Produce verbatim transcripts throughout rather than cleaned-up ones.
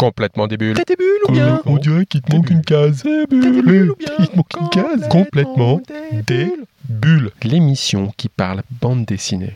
Complètement des bulles. T'as des bulles ou bien? On dirait qu'il te manque une case. T'as des bulles ou bien? Il te manque une case. Complètement des bulles. L'émission qui parle bande dessinée.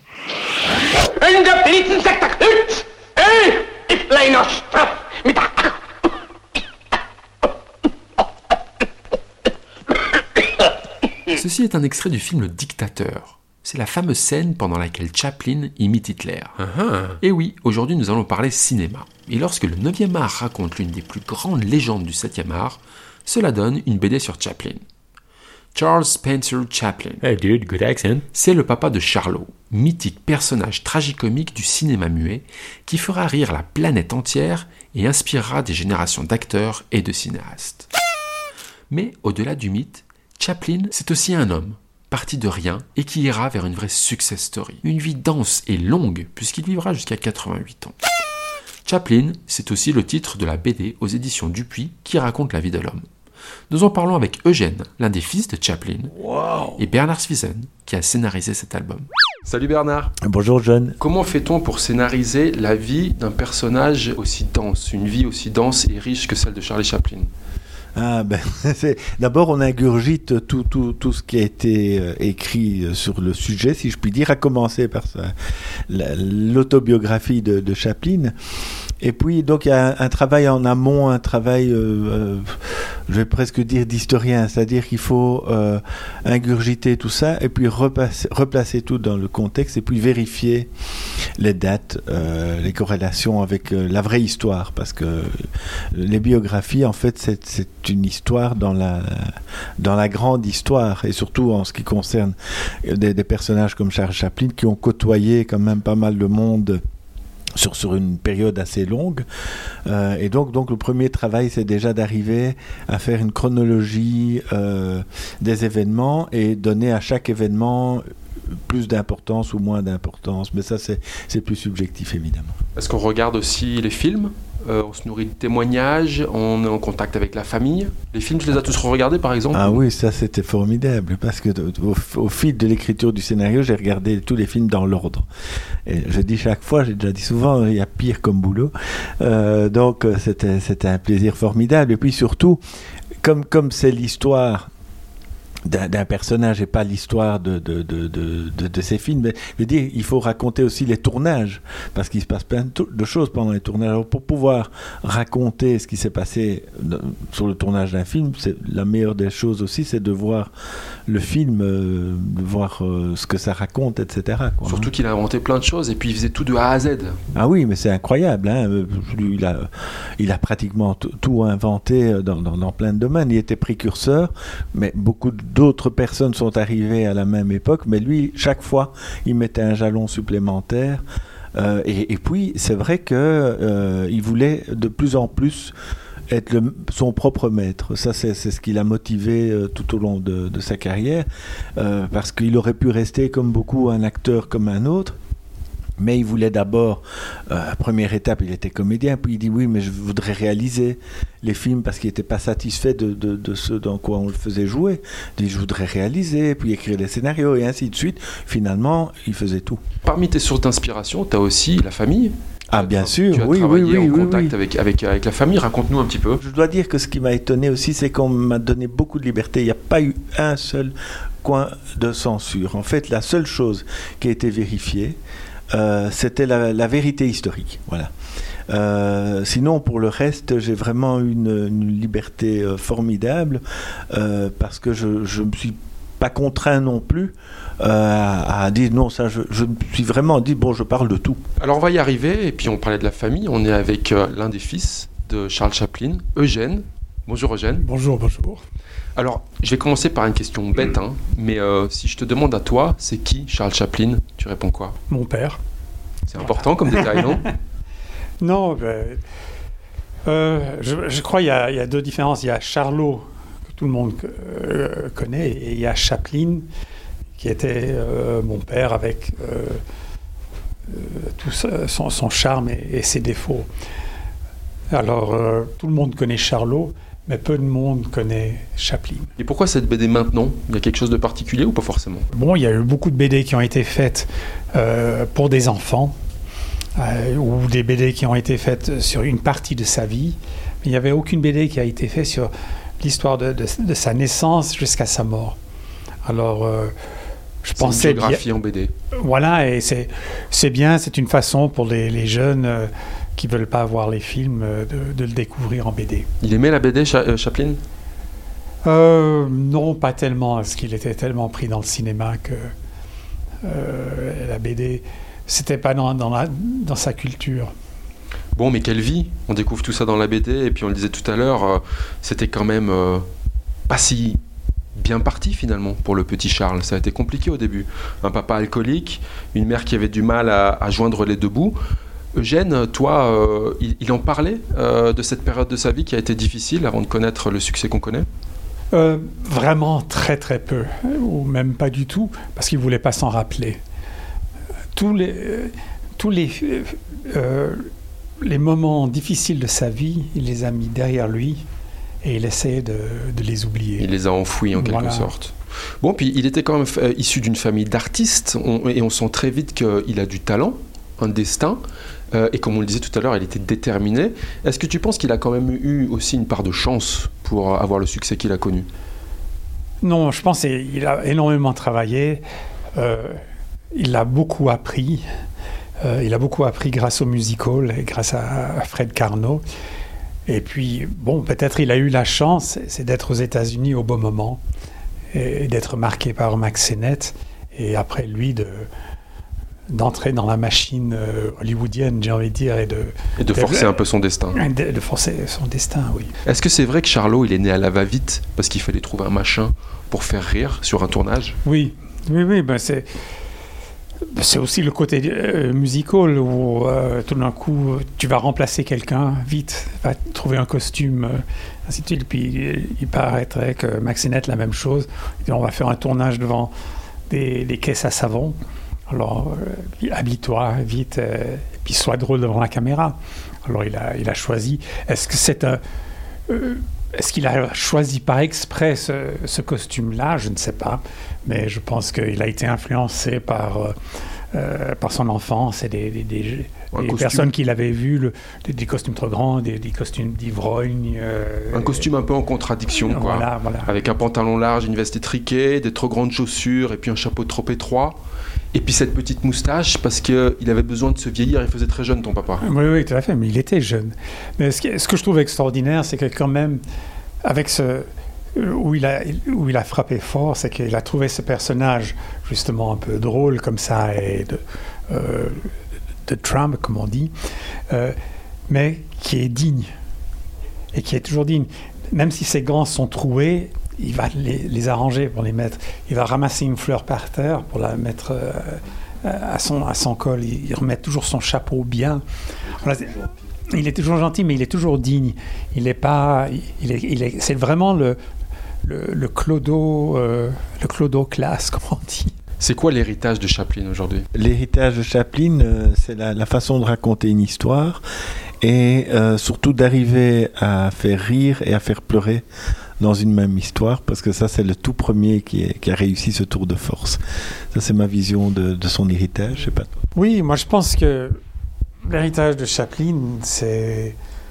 Ceci est un extrait du film Le Dictateur. C'est la fameuse scène pendant laquelle Chaplin imite Hitler. Uh-huh. Et oui, aujourd'hui nous allons parler cinéma. Et lorsque le neuvième art raconte l'une des plus grandes légendes du septième art, cela donne une B D sur Chaplin. Charles Spencer Chaplin. Hey dude, good accent. C'est le papa de Charlot, mythique personnage tragicomique du cinéma muet qui fera rire la planète entière et inspirera des générations d'acteurs et de cinéastes. Mais au-delà du mythe, Chaplin, c'est aussi un homme, parti de rien et qui ira vers une vraie success story. Une vie dense et longue puisqu'il vivra jusqu'à quatre-vingt-huit ans. Chaplin, c'est aussi le titre de la B D aux éditions Dupuis qui raconte la vie de l'homme. Nous en parlons avec Eugène, l'un des fils de Chaplin, Wow. et Bernard Swiesen, qui a scénarisé cet album. Salut Bernard. Bonjour John. Comment fait-on pour scénariser la vie d'un personnage aussi dense, une vie aussi dense et riche que celle de Charlie Chaplin? Ah ben, c'est... D'abord, on ingurgite tout, tout, tout ce qui a été euh, écrit sur le sujet, si je puis dire, à commencer par ça, la, l'autobiographie de, de Chaplin. Et puis, donc, il y a un, un travail en amont, un travail, euh, euh, je vais presque dire d'historien, c'est-à-dire qu'il faut euh, ingurgiter tout ça et puis repasser, replacer tout dans le contexte et puis vérifier les dates, euh, les corrélations avec euh, la vraie histoire, parce que les biographies, en fait, c'est, c'est une histoire dans la, dans la grande histoire, et surtout en ce qui concerne des, des personnages comme Charles Chaplin qui ont côtoyé quand même pas mal de monde Sur, sur une période assez longue. Euh, et donc, donc, le premier travail, c'est déjà d'arriver à faire une chronologie euh, des événements et donner à chaque événement plus d'importance ou moins d'importance. Mais ça, c'est, c'est plus subjectif, évidemment. Est-ce qu'on regarde aussi les films? Euh, on se nourrit de témoignages, on est en contact avec la famille. Les films, tu les as tous regardés par exemple? Ah oui, ça c'était formidable, parce que au, au fil de l'écriture du scénario, j'ai regardé tous les films dans l'ordre. Et je dis chaque fois, j'ai déjà dit souvent, il y a pire comme boulot. Euh, donc c'était, c'était un plaisir formidable. Et puis surtout, comme, comme c'est l'histoire D'un, d'un personnage et pas l'histoire de, de, de, de, de, de ces films. Mais je veux dire, il faut raconter aussi les tournages, parce qu'il se passe plein de, to- de choses pendant les tournages. Alors, pour pouvoir raconter ce qui s'est passé de, sur le tournage d'un film, c'est, la meilleure des choses aussi, c'est de voir le film, euh, de voir euh, ce que ça raconte, et cetera. Quoi, Surtout hein. qu'il a inventé plein de choses et puis il faisait tout de A à Z. Ah oui, mais c'est incroyable. Hein. Il a, il a pratiquement t- tout inventé dans, dans, dans plein de domaines. Il était précurseur, mais beaucoup de d'autres personnes sont arrivées à la même époque, mais lui, chaque fois, il mettait un jalon supplémentaire. Euh, et, et puis, c'est vrai qu'il euh, voulait de plus en plus être le, son propre maître. Ça, c'est, c'est ce qui l'a motivé euh, tout au long de, de sa carrière, euh, parce qu'il aurait pu rester, comme beaucoup, un acteur comme un autre. Mais il voulait d'abord, euh, première étape, il était comédien, puis il dit oui, mais je voudrais réaliser les films parce qu'il n'était pas satisfait de, de, de ce dans quoi on le faisait jouer. Il dit je voudrais réaliser, puis écrire les scénarios et ainsi de suite. Finalement, il faisait tout. Parmi tes sources d'inspiration, tu as aussi la famille. Ah bien tu sûr, tu as oui, oui, travaillé oui, en oui, contact oui. Avec, avec, avec la famille. Raconte-nous un petit peu. Je dois dire que ce qui m'a étonné aussi, c'est qu'on m'a donné beaucoup de liberté. Il n'y a pas eu un seul coin de censure. En fait, la seule chose qui a été vérifiée, Euh, c'était la, la vérité historique. Voilà. Euh, sinon, pour le reste, j'ai vraiment une, une liberté euh, formidable euh, parce que je ne me suis pas contraint non plus euh, à, à dire non, ça, je, je me suis vraiment dit, bon, je parle de tout. Alors on va y arriver, et puis on parlait de la famille. On est avec euh, l'un des fils de Charles Chaplin, Eugène. Bonjour Eugène. Bonjour, bonjour. Alors, je vais commencer par une question bête, hein, mais euh, si je te demande à toi, c'est qui Charles Chaplin? Tu réponds quoi? Mon père. C'est important comme détail, non? Non, ben, euh, je, je crois qu'il y a, il y a deux différences. Il y a Charlot, que tout le monde euh, connaît, et il y a Chaplin, qui était euh, mon père avec euh, euh, tout ça, son, son charme et, et ses défauts. Alors, euh, tout le monde connaît Charlot, mais peu de monde connaît Chaplin. Et pourquoi cette B D maintenant? Il y a quelque chose de particulier ou pas forcément? Bon, il y a eu beaucoup de B D qui ont été faites euh, pour des enfants. euh, ou des B D qui ont été faites sur une partie de sa vie. Mais il n'y avait aucune B D qui a été faite sur l'histoire de, de, de sa naissance jusqu'à sa mort. Alors, euh, je C'est pensais... une biographie en B D. Voilà, et c'est, c'est bien, c'est une façon pour les, les jeunes euh, qui ne veulent pas voir les films euh, de, de le découvrir en B D. Il aimait la B D, Cha- euh, Chaplin? Euh, non, pas tellement, parce qu'il était tellement pris dans le cinéma que euh, la B D, c'était pas dans, dans, la, dans sa culture. Bon, mais quelle vie! On découvre tout ça dans la B D, et puis on le disait tout à l'heure, euh, c'était quand même euh, pas si bien parti finalement pour le petit Charles. Ça a été compliqué au début. Un papa alcoolique, une mère qui avait du mal à, à joindre les deux bouts. Eugène, toi, euh, il, il en parlait euh, de cette période de sa vie qui a été difficile avant de connaître le succès qu'on connaît? Euh, vraiment très très peu, ou même pas du tout, parce qu'il ne voulait pas s'en rappeler. Tous les, euh, tous les, euh, les moments difficiles de sa vie, il les a mis derrière lui et il essayait de, de les oublier. Il les a enfouis en quelque Voilà. sorte. Bon, puis il était quand même euh, issu d'une famille d'artistes, on- et on sent très vite qu'il a du talent, un destin, euh, et comme on le disait tout à l'heure, il était déterminé. Est-ce que tu penses qu'il a quand même eu aussi une part de chance pour avoir le succès qu'il a connu? Non, je pense qu'il a énormément travaillé, euh, il a beaucoup appris, euh, il a beaucoup appris grâce au musical et grâce à, à Fred Carnot. Et puis, bon, peut-être il a eu la chance, c'est d'être aux États-Unis au bon moment et, et d'être marqué par Max Sennett, et après lui de, d'entrer dans la machine euh, hollywoodienne, j'ai envie de dire, et de, Et de forcer un peu son destin. de, de forcer son destin, oui. Est-ce que c'est vrai que Charlot, il est né à la va-vite parce qu'il fallait trouver un machin pour faire rire sur un tournage? Oui, oui, oui, ben c'est... C'est aussi le côté euh, musical où euh, tout d'un coup tu vas remplacer quelqu'un vite, va trouver un costume, euh, ainsi de suite. Puis euh, il paraîtrait que Max Sennett la même chose. Il dit, on va faire un tournage devant des, des caisses à savon. Alors euh, habille-toi vite, euh, et puis sois drôle devant la caméra. Alors il a, il a choisi. Est-ce que c'est un euh, Est-ce qu'il a choisi par exprès ce, ce costume-là? Je ne sais pas. Mais je pense qu'il a été influencé par, euh, euh, par son enfance et des, des, des, des costume. personnes qu'il avait vues, le, des, des costumes trop grands, des, des costumes d'ivrogne. Euh, Un costume un peu en contradiction, quoi. Voilà, voilà. Avec un pantalon large, une veste étriquée, des trop grandes chaussures et puis un chapeau trop étroit. Et puis cette petite moustache parce qu'il avait besoin de se vieillir. Il faisait très jeune, ton papa. Oui, oui, tout à fait, mais il était jeune. Mais ce, qui, ce que je trouve extraordinaire, c'est que quand même, avec ce... Où il, a, où il a frappé fort, c'est qu'il a trouvé ce personnage justement un peu drôle comme ça, et de, euh, de Trump, comme on dit, euh, mais qui est digne, et qui est toujours digne. Même si ses gants sont troués, il va les, les arranger pour les mettre. Il va ramasser une fleur par terre pour la mettre euh, à, son, à son col. Il, il remet toujours son chapeau bien. Voilà, il est toujours gentil, mais il est toujours digne. Il est pas, il est, il est, c'est vraiment le, le, le clodo, euh, le clodo classe, comme on dit. C'est quoi l'héritage de Chaplin aujourd'hui? L'héritage de Chaplin, euh, c'est la, la façon de raconter une histoire et euh, surtout d'arriver à faire rire et à faire pleurer dans une même histoire, parce que ça, c'est le tout premier qui, est, qui a réussi ce tour de force. Ça, c'est ma vision de, de son héritage. Je sais pas toi. Oui, moi, je pense que l'héritage de Chaplin, c'est,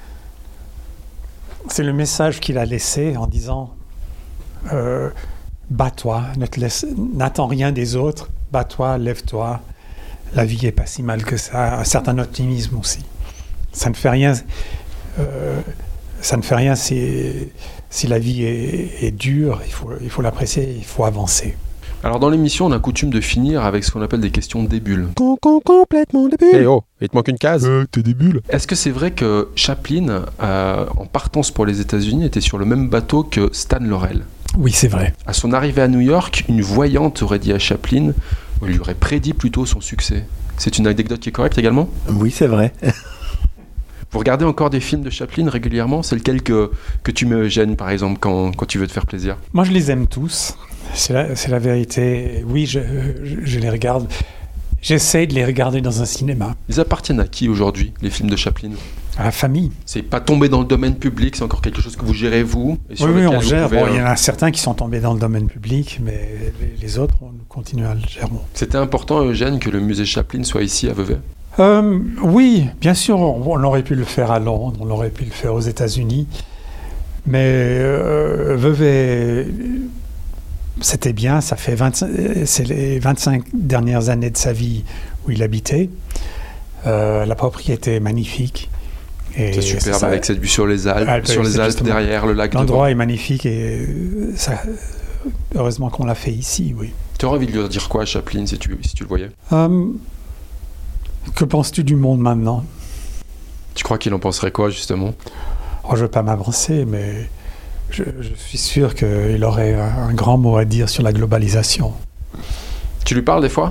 c'est le message qu'il a laissé en disant euh, bats-toi, ne te laisse, n'attends rien des autres, bats-toi, lève-toi. La vie est pas si mal que ça. Un certain optimisme aussi. Ça ne fait rien. Euh, ça ne fait rien si, si la vie est, est dure. Il faut, il faut l'apprécier. Il faut avancer. Alors dans l'émission, on a coutume de finir avec ce qu'on appelle des questions débiles. Con, con, complètement débile. Eh oh, il te manque une case. Euh, t'es des bulles. Est-ce que c'est vrai que Chaplin, euh, en partance pour les États-Unis, était sur le même bateau que Stan Laurel? Oui, c'est vrai. À son arrivée à New York, une voyante aurait dit à Chaplin, ou lui aurait prédit plutôt son succès. C'est une anecdote qui est correcte également? Oui, c'est vrai. Vous regardez encore des films de Chaplin régulièrement? C'est lequel que, que tu me gênes, par exemple, quand, quand tu veux te faire plaisir? Moi, je les aime tous. C'est la, c'est la vérité. Oui, je, je, je les regarde. J'essaie de les regarder dans un cinéma. Ils appartiennent à qui aujourd'hui, les films de Chaplin? À la famille. C'est pas tombé dans le domaine public, c'est encore quelque chose que vous gérez vous? Et sur Oui, oui, lequel on vous gère. pouvez, Bon, il y euh, en a certains qui sont tombés dans le domaine public, mais les, les autres, on continue à le gérer. C'était important, Eugène, que le musée Chaplin soit ici à Vevey? Euh, oui, bien sûr, on, on aurait pu le faire à Londres, on aurait pu le faire aux États-Unis, mais euh, Vevey, c'était bien, ça fait vingt-cinq, c'est les vingt-cinq dernières années de sa vie où il habitait. Euh, la propriété est magnifique. Et c'est superbe, ça, avec cette vue sur les Alpes, Alpes sur les Alpes derrière, le lac devant. L'endroit est magnifique et ça, heureusement qu'on l'a fait ici, oui. Tu aurais envie de lui dire quoi à Chaplin si tu, si tu le voyais? euh, Que penses-tu du monde maintenant? Tu crois qu'il en penserait quoi, justement? Oh, je ne veux pas m'avancer, mais je, je suis sûr qu'il aurait un, un grand mot à dire sur la globalisation. Tu lui parles des fois?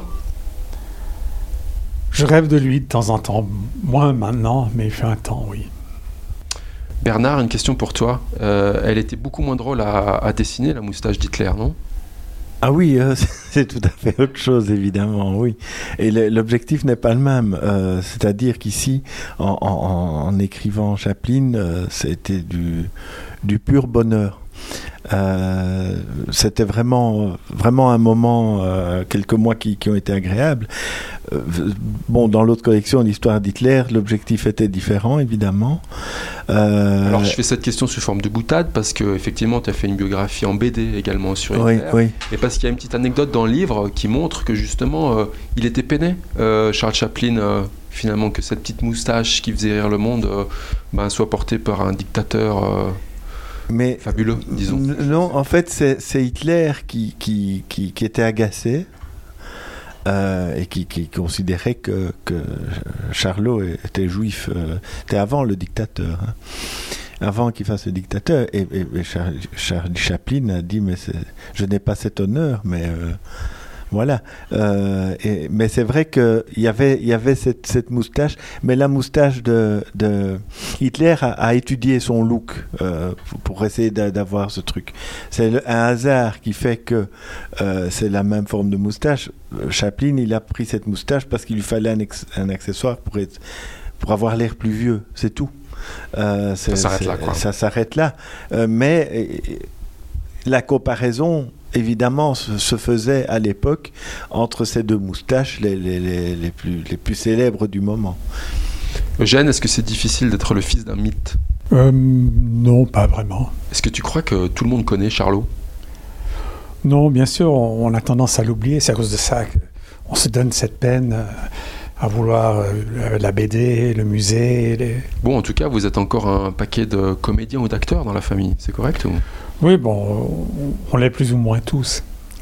Je rêve de lui de temps en temps, moins maintenant, mais il fait un temps, oui. Bernard, une question pour toi. Euh, elle était beaucoup moins drôle à, à dessiner, la moustache d'Hitler, non? Ah oui, euh, c'est tout à fait autre chose, évidemment, oui. Et le, l'objectif n'est pas le même. Euh, c'est-à-dire qu'ici, en, en, en écrivant Chaplin, euh, c'était du, du pur bonheur. Euh, c'était vraiment, vraiment un moment, euh, quelques mois qui, qui ont été agréables. Euh, bon, dans l'autre collection, l'histoire d'Hitler, l'objectif était différent, évidemment. Euh, Alors, je fais cette question sous forme de boutade parce que effectivement, tu as fait une biographie en B D également sur Hitler. Oui, oui. Et parce qu'il y a une petite anecdote dans le livre qui montre que justement, euh, il était peiné, euh, Charles Chaplin. Euh, finalement, que cette petite moustache qui faisait rire le monde euh, ben, soit portée par un dictateur. Euh, Mais fabuleux, disons. N- non, en fait, c'est, c'est Hitler qui, qui, qui, qui était agacé euh, et qui, qui considérait que, que Charlot était juif. Euh, c'était avant le dictateur, hein. Avant qu'il fasse le dictateur. Et, et, et Charlie, Charlie Chaplin a dit, mais c'est, je n'ai pas cet honneur, mais... Euh, Voilà. Euh, et, mais c'est vrai qu'il y avait, y avait cette, cette moustache, mais la moustache de, de Hitler a, a étudié son look euh, pour, pour essayer d'a, d'avoir ce truc. C'est le, un hasard qui fait que euh, c'est la même forme de moustache. Chaplin, il a pris cette moustache parce qu'il lui fallait un, ex, un accessoire pour, être, pour avoir l'air plus vieux, c'est tout. Euh, c'est, ça s'arrête c'est, là, quoi. Ça s'arrête là. Euh, mais et, la comparaison... évidemment, se faisait à l'époque entre ces deux moustaches les, les, les, les, plus, les plus célèbres du moment. Eugène, est-ce que c'est difficile d'être le fils d'un mythe? euh, Non, pas vraiment. Est-ce que tu crois que tout le monde connaît Charlot? Non, bien sûr, on, on a tendance à l'oublier. C'est à cause de ça qu'on se donne cette peine euh, à vouloir euh, la B D, le musée. Les... Bon, en tout cas, vous êtes encore un paquet de comédiens ou d'acteurs dans la famille, c'est correct ou... Oui, bon, on l'est plus ou moins tous.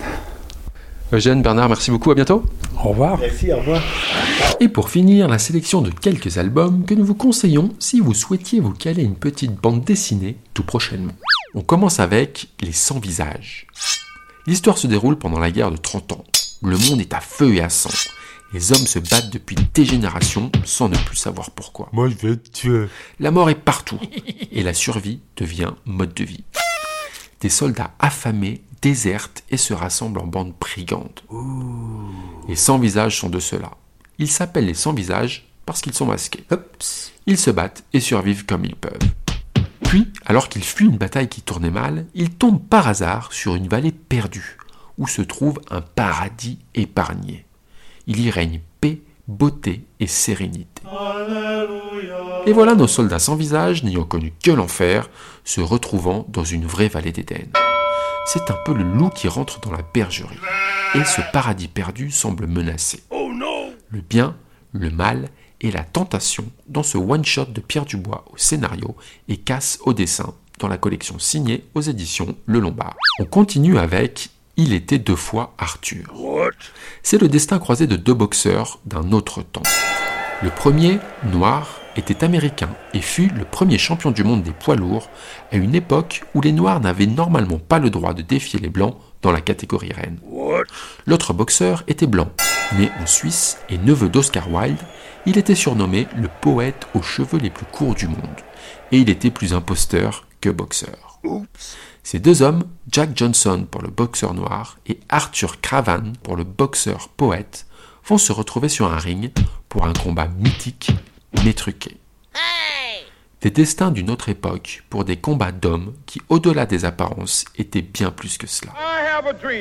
Eugène, Bernard, merci beaucoup, à bientôt. Au revoir. Merci, au revoir. Et pour finir, la sélection de quelques albums que nous vous conseillons si vous souhaitiez vous caler une petite bande dessinée tout prochainement. On commence avec Les Cent Visages. L'histoire se déroule pendant la guerre de trente ans. Le monde est à feu et à sang. Les hommes se battent depuis des générations sans ne plus savoir pourquoi. Moi, je vais te tuer. La mort est partout et la survie devient mode de vie. Des soldats affamés désertent et se rassemblent en bandes brigandes. Ouh. Les Cent Visages sont de ceux-là. Ils s'appellent les Cent Visages parce qu'ils sont masqués. Oups. Ils se battent et survivent comme ils peuvent. Puis, alors qu'ils fuient une bataille qui tournait mal, ils tombent par hasard sur une vallée perdue, où se trouve un paradis épargné. Il y règne paix, beauté et sérénité. Alléluia. Et voilà nos soldats sans visage, n'ayant connu que l'enfer, se retrouvant dans une vraie vallée d'Éden. C'est un peu le loup qui rentre dans la bergerie. Et ce paradis perdu semble menacé. Oh non. Le bien, le mal et la tentation dans ce one-shot de Pierre Dubois au scénario et Casse au dessin dans la collection signée aux éditions Le Lombard. On continue avec Il était deux fois Arthur. What? C'est le destin croisé de deux boxeurs d'un autre temps. Le premier, noir, était américain et fut le premier champion du monde des poids lourds à une époque où les noirs n'avaient normalement pas le droit de défier les blancs dans la catégorie reine. What? L'autre boxeur était blanc, né en Suisse et neveu d'Oscar Wilde. Il était surnommé le poète aux cheveux les plus courts du monde et il était plus imposteur que boxeur. Oups. Ces deux hommes, Jack Johnson pour le boxeur noir et Arthur Cravan pour le boxeur poète, vont se retrouver sur un ring pour un combat mythique mais truqué. Hey! Des destins d'une autre époque pour des combats d'hommes qui, au-delà des apparences, étaient bien plus que cela.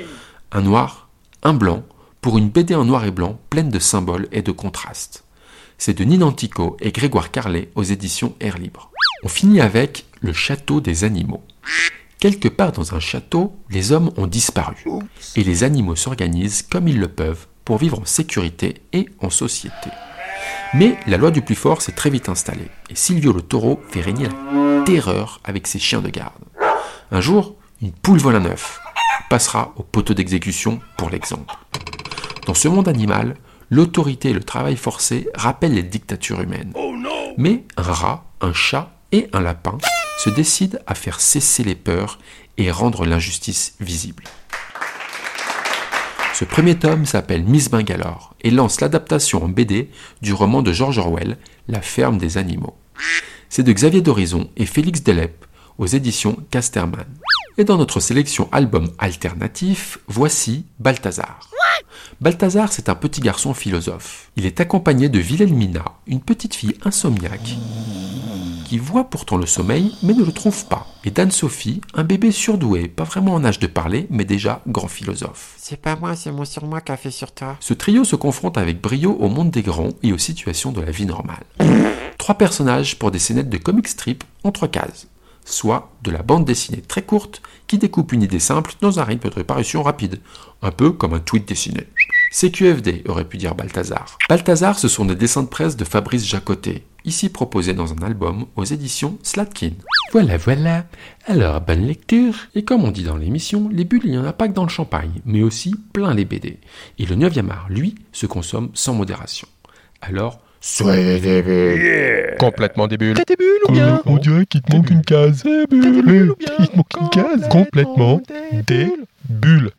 Un noir, un blanc, pour une B D en noir et blanc pleine de symboles et de contrastes. C'est de Nina Antico et Grégoire Carlet aux éditions Air Libre. On finit avec Le château des animaux. Quelque part dans un château, les hommes ont disparu et les animaux s'organisent comme ils le peuvent pour vivre en sécurité et en société. Mais la loi du plus fort s'est très vite installée et Silvio le taureau fait régner la terreur avec ses chiens de garde. Un jour, une poule vole un œuf. Il passera au poteau d'exécution pour l'exemple. Dans ce monde animal, l'autorité et le travail forcé rappellent les dictatures humaines. Mais un rat, un chat et un lapin se décident à faire cesser les peurs et rendre l'injustice visible. Ce premier tome s'appelle Miss Bangalore et lance l'adaptation en B D du roman de George Orwell, La ferme des animaux. C'est de Xavier Dorizon et Félix Delep aux éditions Casterman. Et dans notre sélection album alternatif, voici Balthazar. Balthazar, c'est un petit garçon philosophe. Il est accompagné de Wilhelmina, une petite fille insomniaque, qui voit pourtant le sommeil, mais ne le trouve pas. Et d'Anne-Sophie, un bébé surdoué, pas vraiment en âge de parler, mais déjà grand philosophe. C'est pas moi, c'est mon sur moi qu'a fait sur toi. Ce trio se confronte avec brio au monde des grands et aux situations de la vie normale. Trois personnages pour des scénettes de comic strip en trois cases, soit de la bande dessinée très courte qui découpe une idée simple dans un rythme de parution rapide, un peu comme un tweet dessiné. C Q F D aurait pu dire Balthazar. Balthazar, ce sont des dessins de presse de Fabrice Jacotet, ici proposés dans un album aux éditions Slatkin. Voilà, voilà. Alors, bonne lecture. Et comme on dit dans l'émission, les bulles, il n'y en a pas que dans le champagne, mais aussi plein les B D. Et le neuvième art, lui, se consomme sans modération. Alors, soyez des bulles. Yeah. Complètement des bulles. T'as des bulles ou bien? On dirait qu'il te manque une case. Des bulles. Il te manque une case. Complètement des bulles.